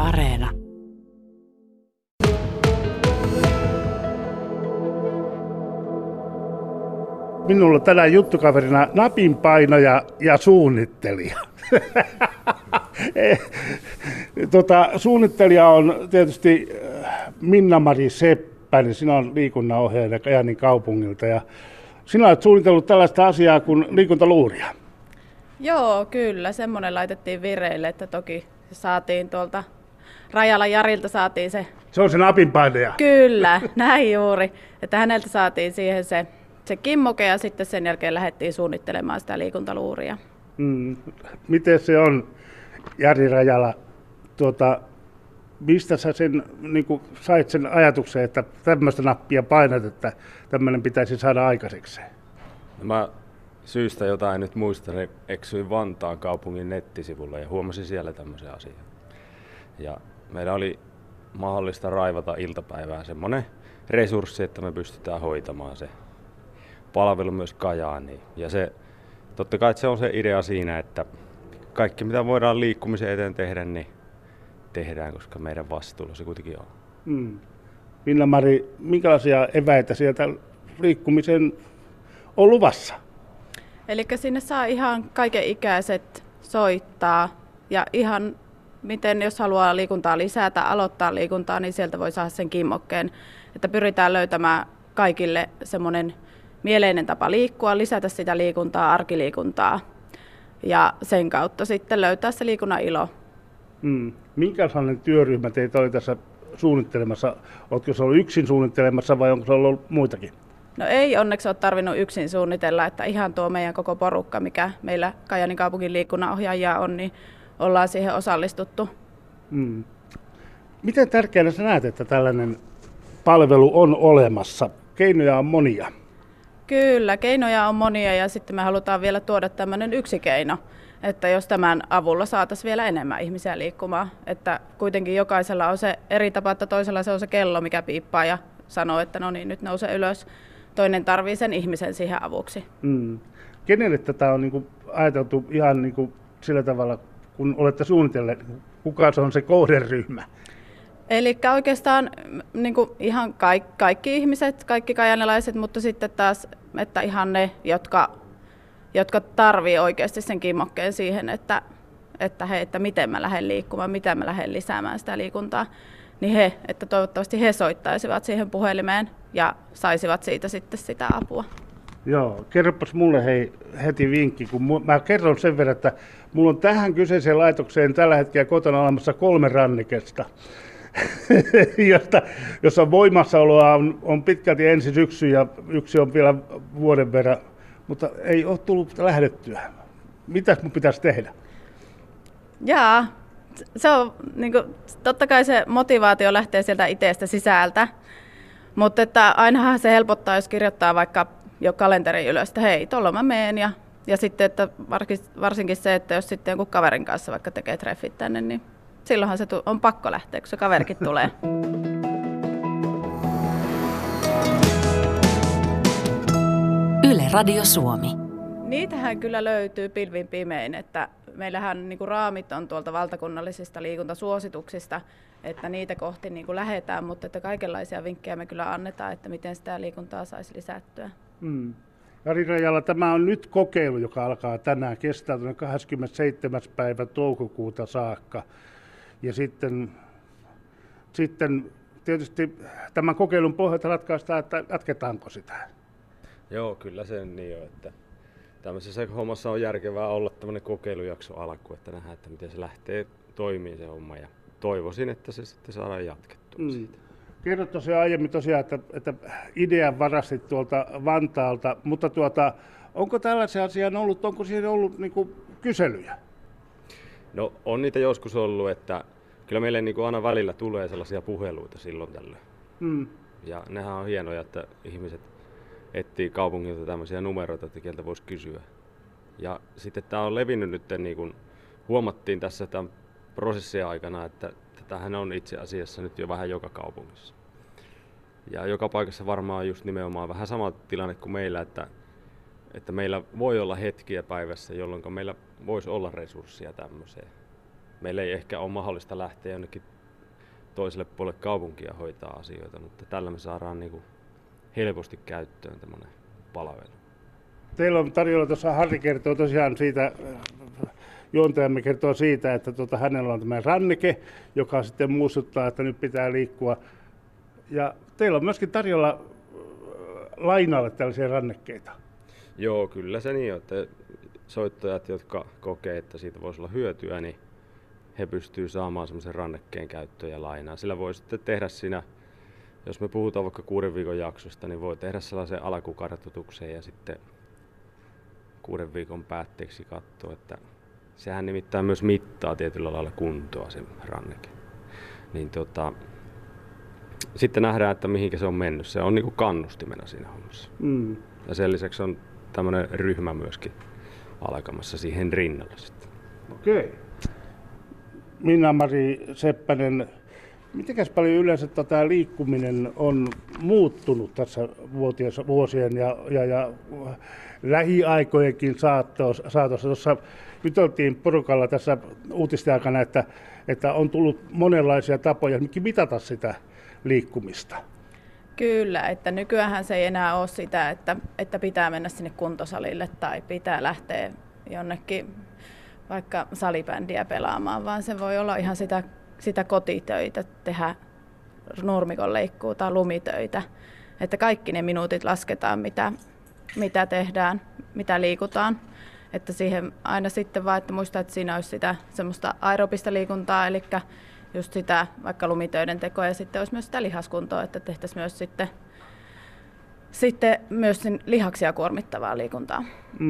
Areena. Minulla on tänään juttukaverina napinpainaja ja suunnittelija. Suunnittelija on tietysti Minna-Mari Seppänen. Sinä on liikunnanohjaaja Kajaanin kaupungilta ja sinä olet suunnitellut tällaista asiaa kuin liikuntaluuria. Joo, kyllä. Semmoinen laitettiin vireille, että toki saatiin tuolta Rajalan Jarilta saatiin se. Se on se napinpainaja. Kyllä, näin juuri. Että häneltä saatiin siihen se kimmoke ja sitten sen jälkeen lähdettiin suunnittelemaan sitä liikuntaluuria. Miten se on, Jari Rajala? Mistä sä sait sen ajatuksen, että tämmöistä nappia painat, että tämmöinen pitäisi saada aikaiseksi? Mä syystä jotain nyt muistan, niin eksyin Vantaan kaupungin nettisivulle ja huomasin siellä tämmöisen asian. Ja meidän oli mahdollista raivata iltapäivään semmoinen resurssi, että me pystytään hoitamaan se palvelu myös Kajaaniin. Ja totta kai se on se idea siinä, että kaikki mitä voidaan liikkumisen eteen tehdä, niin tehdään, koska meidän vastuulla se kuitenkin on. Minna-Mari, minkälaisia eväitä sieltä liikkumiseen on luvassa? Eli sinne saa ihan kaikenikäiset soittaa ja ihan miten jos haluaa liikuntaa lisätä, aloittaa liikuntaa, niin sieltä voi saada sen kimmokkeen. Että pyritään löytämään kaikille semmoinen mieleinen tapa liikkua, lisätä sitä liikuntaa, arkiliikuntaa ja sen kautta sitten löytää se liikunnan ilo. Minkälainen työryhmä teitä oli tässä suunnittelemassa? Oletko se ollut yksin suunnittelemassa vai onko se ollut muitakin? No ei onneksi ole tarvinnut yksin suunnitella, että ihan tuo meidän koko porukka, mikä meillä Kajaanin kaupungin liikunnanohjaajia on, niin ollaan siihen osallistuttu. Miten tärkeänä sä näet, että tällainen palvelu on olemassa? Keinoja on monia. Kyllä, keinoja on monia ja sitten me halutaan vielä tuoda tämmöinen yksi keino, että jos tämän avulla saataisiin vielä enemmän ihmisiä liikkumaan. Että kuitenkin jokaisella on se eri tapa, että toisella se on se kello, mikä piippaa ja sanoo, että no niin, nyt nouse ylös. Toinen tarvii sen ihmisen siihen avuksi. Kenelle tätä on ajateltu ihan sillä tavalla, kun olette suunnitelleet, kuka se on se kohderyhmä? Eli oikeastaan ihan kaikki ihmiset, kaikki kajaanilaiset, mutta sitten taas, että ihan ne, jotka tarvii oikeasti sen kimmokkeen siihen, että miten mä lähden liikkumaan, miten mä lähden lisäämään sitä liikuntaa, niin että toivottavasti he soittaisivat siihen puhelimeen ja saisivat siitä sitten sitä apua. Joo, kerropas mulle heti vinkki, kun mä kerron sen verran, että mulla on tähän kyseiseen laitokseen tällä hetkellä kotona olemassa 3 rannikesta, jossa voimassaoloa on pitkälti ensi syksy ja yksi on vielä vuoden verran, mutta ei ole tullut lähdettyä. Mitäs mun pitäisi tehdä? Jaa, se on totta kai se motivaatio lähtee sieltä itsestä sisältä, mutta että ainahan se helpottaa, jos kirjoittaa vaikka jo kalenterin ylös, että hei, tuolla mä meen ja sitten, että varsinkin se, että jos sitten jonkun kaverin kanssa vaikka tekee treffit tänne, niin silloinhan se on pakko lähteä, kun se kaverikin tulee. Yle Radio Suomi. Niitähän kyllä löytyy pilvin pimein, että meillähän raamit on tuolta valtakunnallisista liikuntasuosituksista, että niitä kohti lähdetään, mutta että kaikenlaisia vinkkejä me kyllä annetaan, että miten sitä liikuntaa saisi lisättyä. Jari Rajala, tämä on nyt kokeilu, joka alkaa tänään, kestää 27. päivä toukokuuta saakka. Ja sitten tietysti tämän kokeilun pohjalta ratkaistaan, että jatketaanko sitä. Joo, kyllä se niin on, että tämmöisessä hommassa on järkevää olla tämmöinen kokeilujakso alku, että nähdään, että miten se lähtee toimimaan se homma ja toivoisin, että se sitten saadaan jatkettua siitä. Kerrot tosiaan aiemmin että idean varastit tuolta Vantaalta, mutta onko tällaisia asiaa ollut, onko siihen ollut kyselyjä? No on niitä joskus ollut, että kyllä meille aina välillä tulee sellaisia puheluita silloin tällöin. Ja nehän on hienoja, että ihmiset etsii kaupungilta tämmöisiä numeroita, että kieltä voisi kysyä. Ja sitten tämä on levinnyt nyt, huomattiin tässä tämän prosessin aikana, että tämähän on itse asiassa nyt jo vähän joka kaupungissa. Ja joka paikassa varmaan on just nimenomaan vähän sama tilanne kuin meillä, että meillä voi olla hetkiä päivässä, jolloin meillä voisi olla resursseja tämmöiseen. meillä ei ehkä ole mahdollista lähteä jonnekin toiselle puolelle kaupunkia hoitaa asioita, mutta tällä me saadaan niin kuin helposti käyttöön tämmöinen palvelu. Teillä on tarjolla, tuossa Harri kertoo tosiaan siitä, juontajamme kertoo siitä, että hänellä on tämä ranneke, joka sitten muistuttaa, että nyt pitää liikkua. Ja teillä on myöskin tarjolla lainalle tällaisia rannekkeita. Joo, kyllä se niin on, että soittajat, jotka kokee, että siitä voisi olla hyötyä, niin he pystyvät saamaan semmoisen rannekkeen käyttöön ja lainaan. Sillä voi sitten tehdä siinä, jos me puhutaan vaikka 6 viikon jaksosta, niin voi tehdä sellaisen alkukartoituksen ja sitten 6 viikon päätteeksi katsoa, että sehän nimittäin myös mittaa tietyllä lailla kuntoa se ranneke. Niin sitten nähdään, että mihinkä se on mennyt. Se on niin kuin kannustimena siinä hommassa. Mm. Ja sen lisäksi on tämmöinen ryhmä myöskin alkamassa siihen rinnalla sitten. Okei. Minna-Mari Seppänen, mitenkäs paljon yleensä tämä liikkuminen on muuttunut tässä vuosien ja lähiaikojenkin saatossa? Tuossa juteltiin porukalla tässä uutisten aikana, että on tullut monenlaisia tapoja mitata sitä liikkumista. Kyllä, että nykyäänhän se ei enää ole sitä, että pitää mennä sinne kuntosalille tai pitää lähteä jonnekin vaikka salibändiä pelaamaan, vaan se voi olla ihan sitä kotitöitä, tehdä nurmikon leikkuu tai lumitöitä. Että kaikki ne minuutit lasketaan, mitä tehdään, mitä liikutaan. Että siihen aina sitten vaan, että muistaa, että siinä olisi sitä semmoista aerobista liikuntaa, eli just sitä vaikka lumitöiden tekoa ja sitten olisi myös sitä lihaskuntoa, että tehtäisiin myös sitten myös lihaksia kuormittavaa liikuntaa.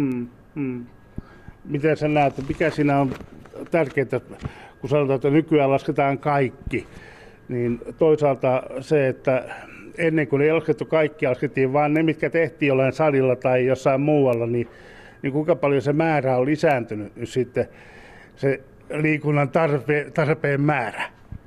Miten sä näet, mikä siinä on tärkeää, kun sanotaan, että nykyään lasketaan kaikki, niin toisaalta se, että ennen kuin ei laskettu kaikki, laskettiin vaan ne, mitkä tehtiin jollain salilla tai jossain muualla, niin kuinka paljon se määrä on lisääntynyt nyt sitten, se liikunnan tarpeen määrä?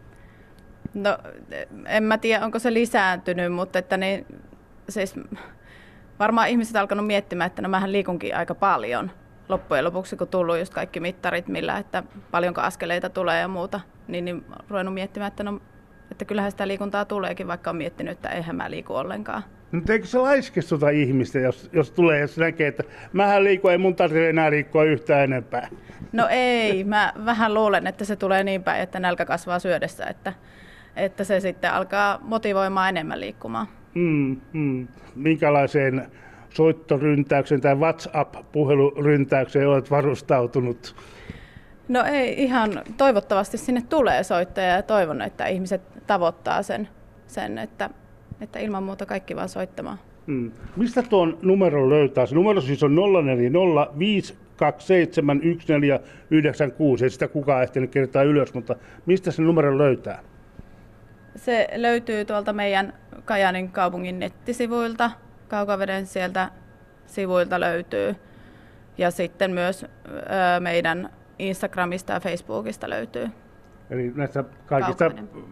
No, en mä tiedä, onko se lisääntynyt, mutta että siis varmaan ihmiset alkanut miettimään, että no mähän liikunkin aika paljon loppujen lopuksi, kun tullut just kaikki mittarit, millä, että paljonko askeleita tulee ja muuta, niin ruvennut miettimään, että kyllähän sitä liikuntaa tuleekin, vaikka on miettinyt, että eihän mä liiku ollenkaan. Mutta eikö se laiskistuta ihmistä, jos näkee, että mähän liikun, ei mun tarvitse enää liikkua yhtään enempää? No ei, mä vähän luulen, että se tulee niin päin, että nälkä kasvaa syödessä, että se sitten alkaa motivoimaan enemmän liikkumaan. Minkälaiseen soittoryntäykseen tai WhatsApp-puheluryntäykseen olet varustautunut? No ei ihan, toivottavasti sinne tulee soittaja ja toivon, että ihmiset tavoittaa sen että ilman muuta kaikki vaan soittamaan. Mistä tuon numeron löytää? Se numero siis on 040 527 1496. Ei sitä kukaan ehtinyt kirjoittaa ylös, mutta mistä se numero löytää? Se löytyy tuolta meidän Kajaanin kaupungin nettisivuilta. Kaukaveden sieltä sivuilta löytyy. Ja sitten myös meidän Instagramista ja Facebookista löytyy. Eli näistä kaikista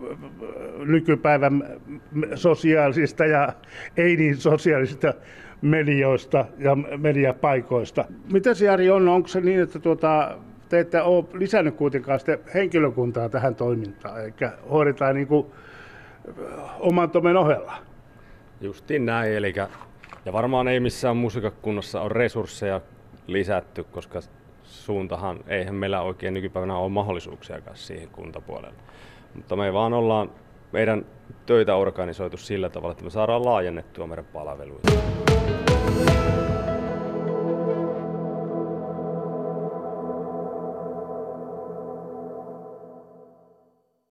nykypäivän sosiaalisista ja ei niin sosiaalisista medioista ja mediapaikoista. Miten se, Jari, onko se niin, että te ette ole lisännyt kuitenkaan sitä henkilökuntaa tähän toimintaan, eikä hoidetaan niin kuin oman tomen ohella? Justiin näin, ja varmaan ei missään musiikkakunnassa ole resursseja lisätty, koska suuntahan, eihän meillä oikein nykypäivänä ole mahdollisuuksiakaan siihen kuntapuolelle. Mutta me vaan ollaan meidän töitä organisoitu sillä tavalla, että me saadaan laajennettua meidän palveluita.